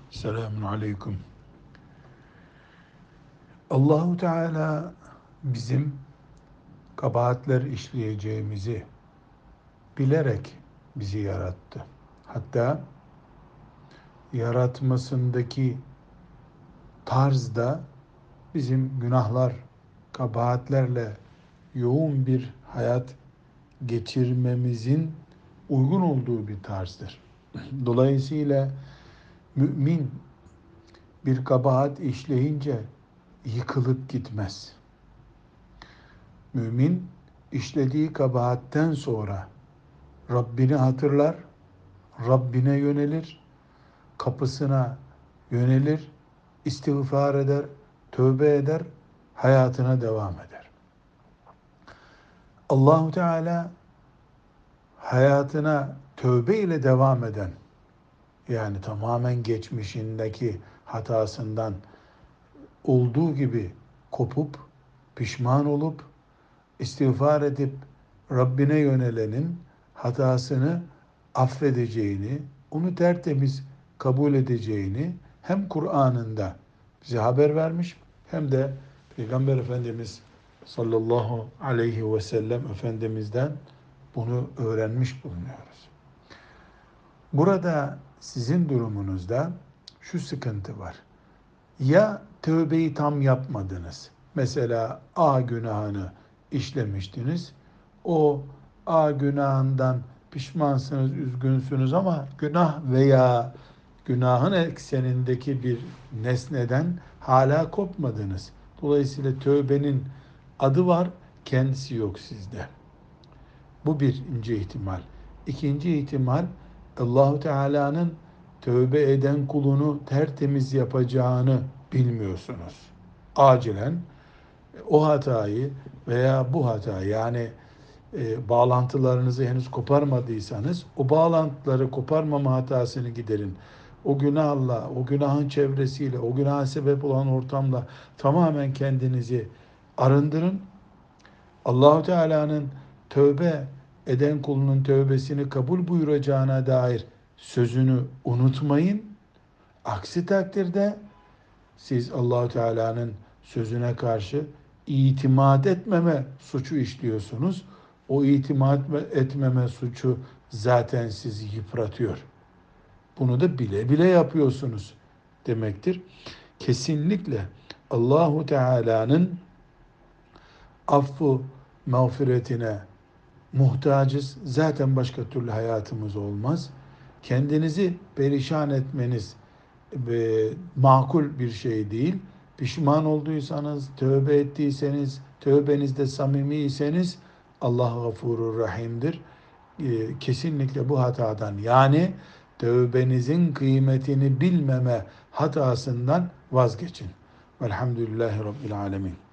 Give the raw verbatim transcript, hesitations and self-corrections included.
Selamun aleyküm. Allahu Teala bizim kabahatler işleyeceğimizi bilerek bizi yarattı. Hatta yaratmasındaki tarzda bizim günahlar, kabahatlerle yoğun bir hayat geçirmemizin uygun olduğu bir tarzdır. Dolayısıyla mümin bir kabahat işleyince yıkılıp gitmez. Mümin işlediği kabahatten sonra Rabbini hatırlar, Rabbine yönelir, kapısına yönelir, istiğfar eder, tövbe eder, hayatına devam eder. Allahu Teala hayatına tövbe ile devam eden, yani tamamen geçmişindeki hatasından olduğu gibi kopup, pişman olup, istiğfar edip Rabbine yönelenin hatasını affedeceğini, onu tertemiz kabul edeceğini hem Kur'an'ında bize haber vermiş hem de Peygamber Efendimiz sallallahu aleyhi ve sellem Efendimiz'den bunu öğrenmiş bulunuyoruz. Burada sizin durumunuzda şu sıkıntı var. Ya tövbeyi tam yapmadınız. Mesela A günahını işlemiştiniz. O A günahından pişmansınız, üzgünsünüz ama günah veya günahın eksenindeki bir nesneden hala kopmadınız. Dolayısıyla tövbenin adı var, kendisi yok sizde. Bu birinci ihtimal. İkinci ihtimal, Allahu Teala'nın tövbe eden kulunu tertemiz yapacağını bilmiyorsunuz. Acilen o hatayı veya bu hatayı, yani e, bağlantılarınızı henüz koparmadıysanız o bağlantıları koparmama hatasını giderin. O günahla, o günahın çevresiyle, o günaha sebep olan ortamla tamamen kendinizi arındırın. Allahu Teala'nın tövbe eden kulunun tövbesini kabul buyuracağına dair sözünü unutmayın. Aksi takdirde siz Allahu Teala'nın sözüne karşı itimat etmeme suçu işliyorsunuz. O itimat etmeme suçu zaten sizi yıpratıyor. Bunu da bile bile yapıyorsunuz demektir. Kesinlikle Allahu Teala'nın affu mağfiretine muhtacız. Zaten başka türlü hayatımız olmaz. Kendinizi perişan etmeniz e, makul bir şey değil. Pişman olduysanız, tövbe ettiyseniz, tövbenizde samimiyseniz Allah gafurur rahimdir. E, kesinlikle bu hatadan, yani tövbenizin kıymetini bilmeme hatasından vazgeçin. Velhamdülillahi Rabbil alemin.